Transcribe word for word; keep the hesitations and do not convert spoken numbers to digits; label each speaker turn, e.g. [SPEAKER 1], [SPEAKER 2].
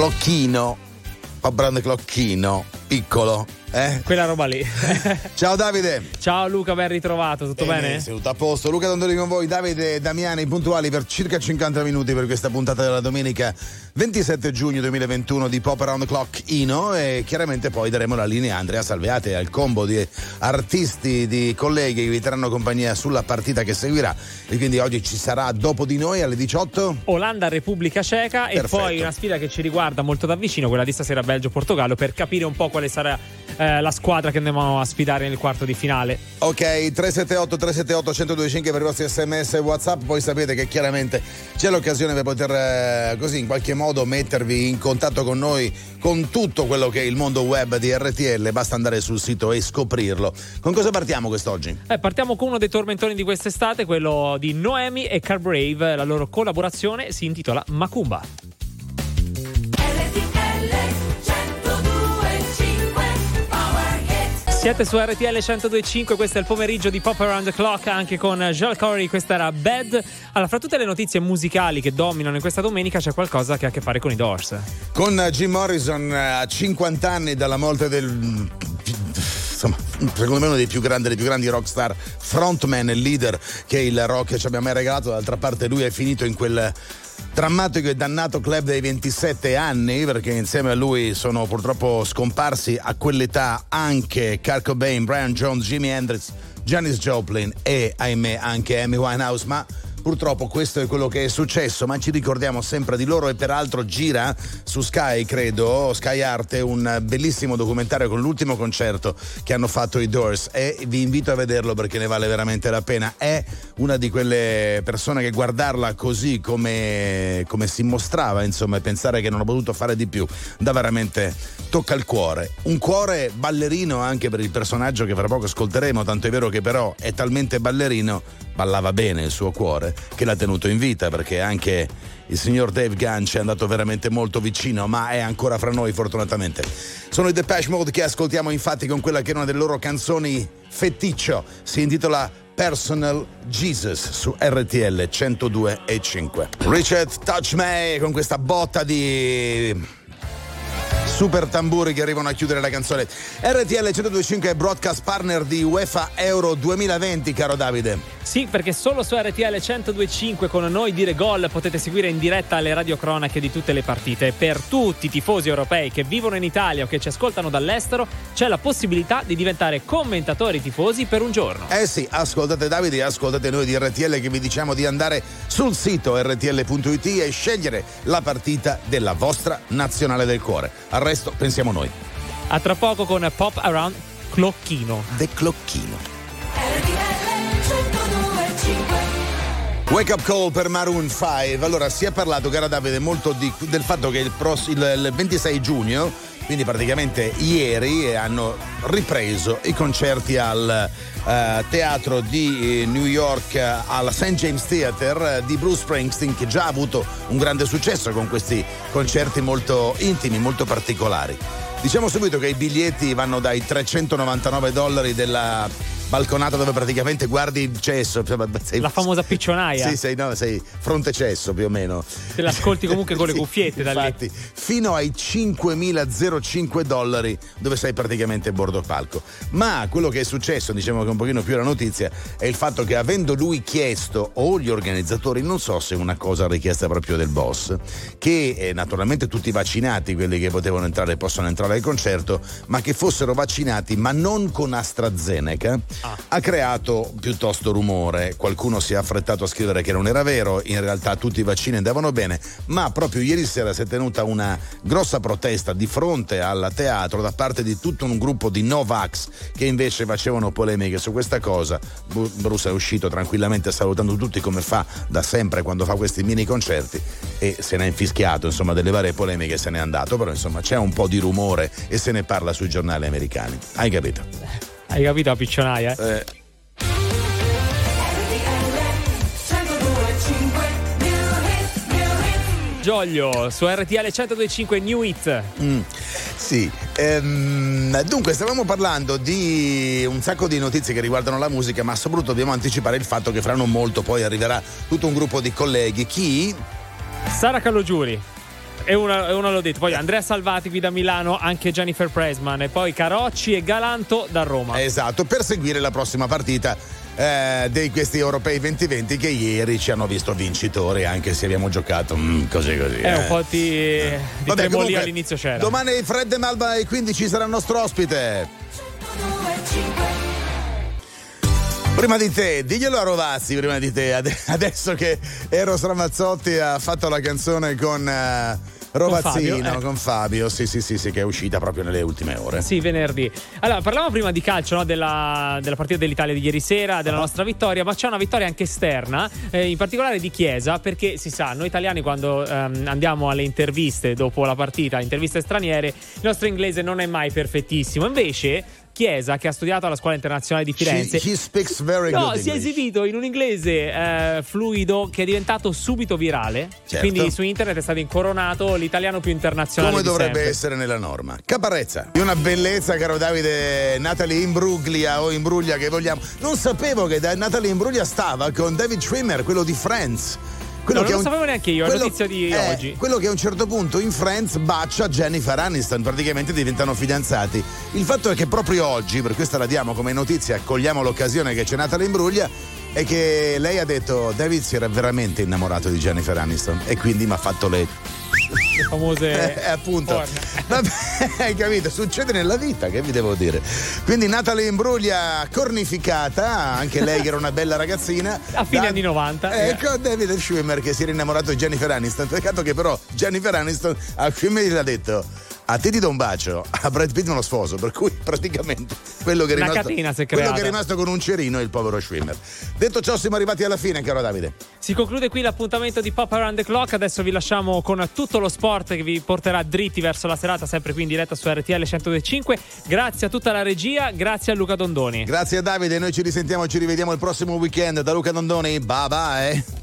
[SPEAKER 1] Clocchino, Pop Around the Clocchino, piccolo. Eh?
[SPEAKER 2] Quella roba lì.
[SPEAKER 1] Ciao Davide.
[SPEAKER 2] Ciao Luca, ben ritrovato, tutto bene?
[SPEAKER 1] bene? Tutto a posto. Luca Dondoli con voi, Davide e Damiani puntuali per circa cinquanta minuti per questa puntata della domenica ventisette giugno duemilaventuno di Pop Around the Clock Ino, e chiaramente poi daremo la linea a Andrea Salveate al combo di artisti, di colleghi che vi terranno compagnia sulla partita che seguirà, e quindi oggi ci sarà dopo di noi alle diciotto
[SPEAKER 2] Olanda Repubblica Ceca. Perfetto. E poi una sfida che ci riguarda molto da vicino, quella di stasera Belgio-Portogallo, per capire un po' quale sarà eh, la squadra che andiamo a sfidare nel quarto di finale.
[SPEAKER 1] Ok, tre sette otto tre sette otto uno zero due cinque per i vostri sms e WhatsApp. Poi sapete che chiaramente c'è l'occasione per poter eh, così in qualche modo mettervi in contatto con noi, con tutto quello che è il mondo web di R T L. Basta andare sul sito e scoprirlo. Con cosa partiamo quest'oggi?
[SPEAKER 2] Eh, partiamo con uno dei tormentoni di quest'estate, quello di Noemi e Carbrave. La loro collaborazione si intitola Macumba. Siete su R T L centodue e cinque, questo è il pomeriggio di Pop Around the Clock, anche con Joel Corey. Questa era Bad. Allora, fra tutte le notizie musicali che dominano in questa domenica c'è qualcosa che ha a che fare con i Doors.
[SPEAKER 1] Con Jim Morrison a cinquanta anni dalla morte del... insomma, secondo me uno dei più grandi, dei più grandi rockstar, frontman e leader che il rock ci abbia mai regalato. D'altra parte lui è finito in quel drammatico e dannato club dei ventisette anni, perché insieme a lui sono purtroppo scomparsi a quell'età anche Kurt Cobain, Brian Jones, Jimi Hendrix, Janis Joplin e ahimè anche Amy Winehouse. Ma purtroppo questo è quello che è successo, ma ci ricordiamo sempre di loro. E peraltro gira su Sky, credo, Sky Arte, un bellissimo documentario con l'ultimo concerto che hanno fatto i Doors, e vi invito a vederlo perché ne vale veramente la pena. È una di quelle persone che guardarla così come, come si mostrava, insomma, e pensare che non ho potuto fare di più, da veramente tocca il cuore. Un cuore ballerino anche per il personaggio che fra poco ascolteremo, tanto è vero che però è talmente ballerino, ballava bene il suo cuore, che l'ha tenuto in vita, perché anche il signor Dave Gunn ci è andato veramente molto vicino, ma è ancora fra noi fortunatamente. Sono i Depeche Mode che ascoltiamo infatti con quella che è una delle loro canzoni feticcio, si intitola Personal Jesus su R T L centodue e cinque. Richard Touch Me con questa botta di super tamburi che arrivano a chiudere la canzone. R T L centodue e cinque è broadcast partner di UEFA Euro duemilaventi, caro Davide.
[SPEAKER 2] Sì, perché solo su R T L centodue e cinque con noi dire gol potete seguire in diretta le radiocronache di tutte le partite. Per tutti i tifosi europei che vivono in Italia o che ci ascoltano dall'estero c'è la possibilità di diventare commentatori tifosi per un giorno.
[SPEAKER 1] Eh sì, ascoltate Davide e ascoltate noi di R T L che vi diciamo di andare sul sito R T L punto it e scegliere la partita della vostra nazionale del cuore. Al resto pensiamo noi.
[SPEAKER 2] A tra poco con Pop Around Clocchino.
[SPEAKER 1] The Clocchino. Wake Up Call per Maroon cinque. Allora, si è parlato, caro Davide, molto di, del fatto che il, pros, il, il ventisei giugno, quindi praticamente ieri, hanno ripreso i concerti al uh, teatro di New York, uh, al Saint James Theatre uh, di Bruce Springsteen, che già ha avuto un grande successo con questi concerti molto intimi, molto particolari. Diciamo subito che i biglietti vanno dai trecentonovantanove dollari della balconata dove praticamente guardi il cesso, sei,
[SPEAKER 2] la famosa piccionaia.
[SPEAKER 1] Sì, sei, no, sei fronte cesso più o meno.
[SPEAKER 2] Te l'ascolti comunque con le cuffiette da
[SPEAKER 1] infatti, lì. Fino ai cinquemilacinque dollari dove sei praticamente bordo palco. Ma quello che è successo, diciamo che un pochino più la notizia, è il fatto che avendo lui chiesto, o gli organizzatori, non so se è una cosa richiesta proprio del boss, che eh, naturalmente tutti vaccinati, quelli che potevano entrare possono entrare al concerto, ma che fossero vaccinati ma non con AstraZeneca. Ah. Ha creato piuttosto rumore. Qualcuno si è affrettato a scrivere che non era vero, in realtà tutti i vaccini andavano bene, ma proprio ieri sera si è tenuta una grossa protesta di fronte al teatro da parte di tutto un gruppo di Novax che invece facevano polemiche su questa cosa. Bruce è uscito tranquillamente salutando tutti come fa da sempre quando fa questi mini concerti, e se ne è infischiato insomma delle varie polemiche, se n'è andato, però insomma c'è un po' di rumore e se ne parla sui giornali americani. Hai capito?
[SPEAKER 2] Hai capito la piccionaia?
[SPEAKER 1] Eh.
[SPEAKER 2] Gioglio su R T L centodue e cinque New Hit.
[SPEAKER 1] Mm, sì, ehm, dunque stavamo parlando di un sacco di notizie che riguardano la musica, ma soprattutto dobbiamo anticipare il fatto che fra non molto poi arriverà tutto un gruppo di colleghi. Chi?
[SPEAKER 2] Sara Calogiuri. E uno, e uno l'ho detto. Poi Andrea Salvati qui da Milano, anche Jennifer Pressman, e poi Carocci e Galanto da Roma.
[SPEAKER 1] Esatto, per seguire la prossima partita eh, di questi europei duemilaventi che ieri ci hanno visto vincitori, anche se abbiamo giocato mm, così così.
[SPEAKER 2] È
[SPEAKER 1] eh.
[SPEAKER 2] un po' di, eh. di
[SPEAKER 1] Vabbè,
[SPEAKER 2] tremolio
[SPEAKER 1] comunque,
[SPEAKER 2] all'inizio c'era.
[SPEAKER 1] Domani Fred e Malva e quindi ci sarà il nostro ospite. Prima di te, diglielo a Rovazzi, prima di te, adesso che Eros Ramazzotti ha fatto la canzone con uh, Rovazzino, con Fabio, eh. con Fabio, sì sì sì sì, che è uscita proprio nelle ultime ore.
[SPEAKER 2] Sì, venerdì. Allora, parlavamo prima di calcio, no? della, della partita dell'Italia di ieri sera, della nostra vittoria, ma c'è una vittoria anche esterna, eh, in particolare di Chiesa, perché si sa, noi italiani quando ehm, andiamo alle interviste dopo la partita, interviste straniere, il nostro inglese non è mai perfettissimo, invece Chiesa, che ha studiato alla Scuola Internazionale di Firenze,
[SPEAKER 1] She, he speaks very
[SPEAKER 2] no,
[SPEAKER 1] good
[SPEAKER 2] si è
[SPEAKER 1] English.
[SPEAKER 2] esibito in un inglese eh, fluido che è diventato subito virale.
[SPEAKER 1] Certo.
[SPEAKER 2] Quindi su internet è stato incoronato l'italiano più internazionale
[SPEAKER 1] come
[SPEAKER 2] di
[SPEAKER 1] dovrebbe
[SPEAKER 2] sempre.
[SPEAKER 1] essere nella norma. Caparezza, di una bellezza, caro Davide. Natalie Imbruglia o Imbruglia che vogliamo. Non sapevo che Natalie Imbruglia stava con David Schwimmer, quello di Friends. Quello
[SPEAKER 2] no,
[SPEAKER 1] che
[SPEAKER 2] non lo
[SPEAKER 1] un,
[SPEAKER 2] sapevo neanche io, è notizia di
[SPEAKER 1] è
[SPEAKER 2] oggi.
[SPEAKER 1] Quello che a un certo punto in Friends bacia Jennifer Aniston, praticamente diventano fidanzati. Il fatto è che proprio oggi, per questa la diamo come notizia, cogliamo l'occasione che c'è Natalie Imbruglia, è che lei ha detto David si era veramente innamorato di Jennifer Aniston e quindi mi ha fatto le
[SPEAKER 2] le famose
[SPEAKER 1] eh, appunto vabbè, hai capito, succede nella vita, che vi devo dire. Quindi Natalie Imbruglia cornificata, anche lei che era una bella ragazzina
[SPEAKER 2] a fine
[SPEAKER 1] da,
[SPEAKER 2] anni novanta,
[SPEAKER 1] ecco, David Schwimmer che si era innamorato di Jennifer Aniston. Peccato che però Jennifer Aniston a Schwimmer gli ha detto a te ti do un bacio, a Brad Pitt uno sposo, per cui praticamente quello che è rimasto,
[SPEAKER 2] una catena si è
[SPEAKER 1] quello
[SPEAKER 2] creata.
[SPEAKER 1] che è rimasto con un cerino è il povero Schwimmer. Detto ciò, siamo arrivati alla fine, caro Davide.
[SPEAKER 2] Si conclude qui l'appuntamento di Pop Around the Clock. Adesso vi lasciamo con tutto lo sport che vi porterà dritti verso la serata, sempre qui in diretta su R T L centodue e cinque. Grazie a tutta la regia, grazie a Luca Dondoni.
[SPEAKER 1] Grazie a Davide, noi ci risentiamo, ci rivediamo il prossimo weekend. Da Luca Dondoni, bye bye.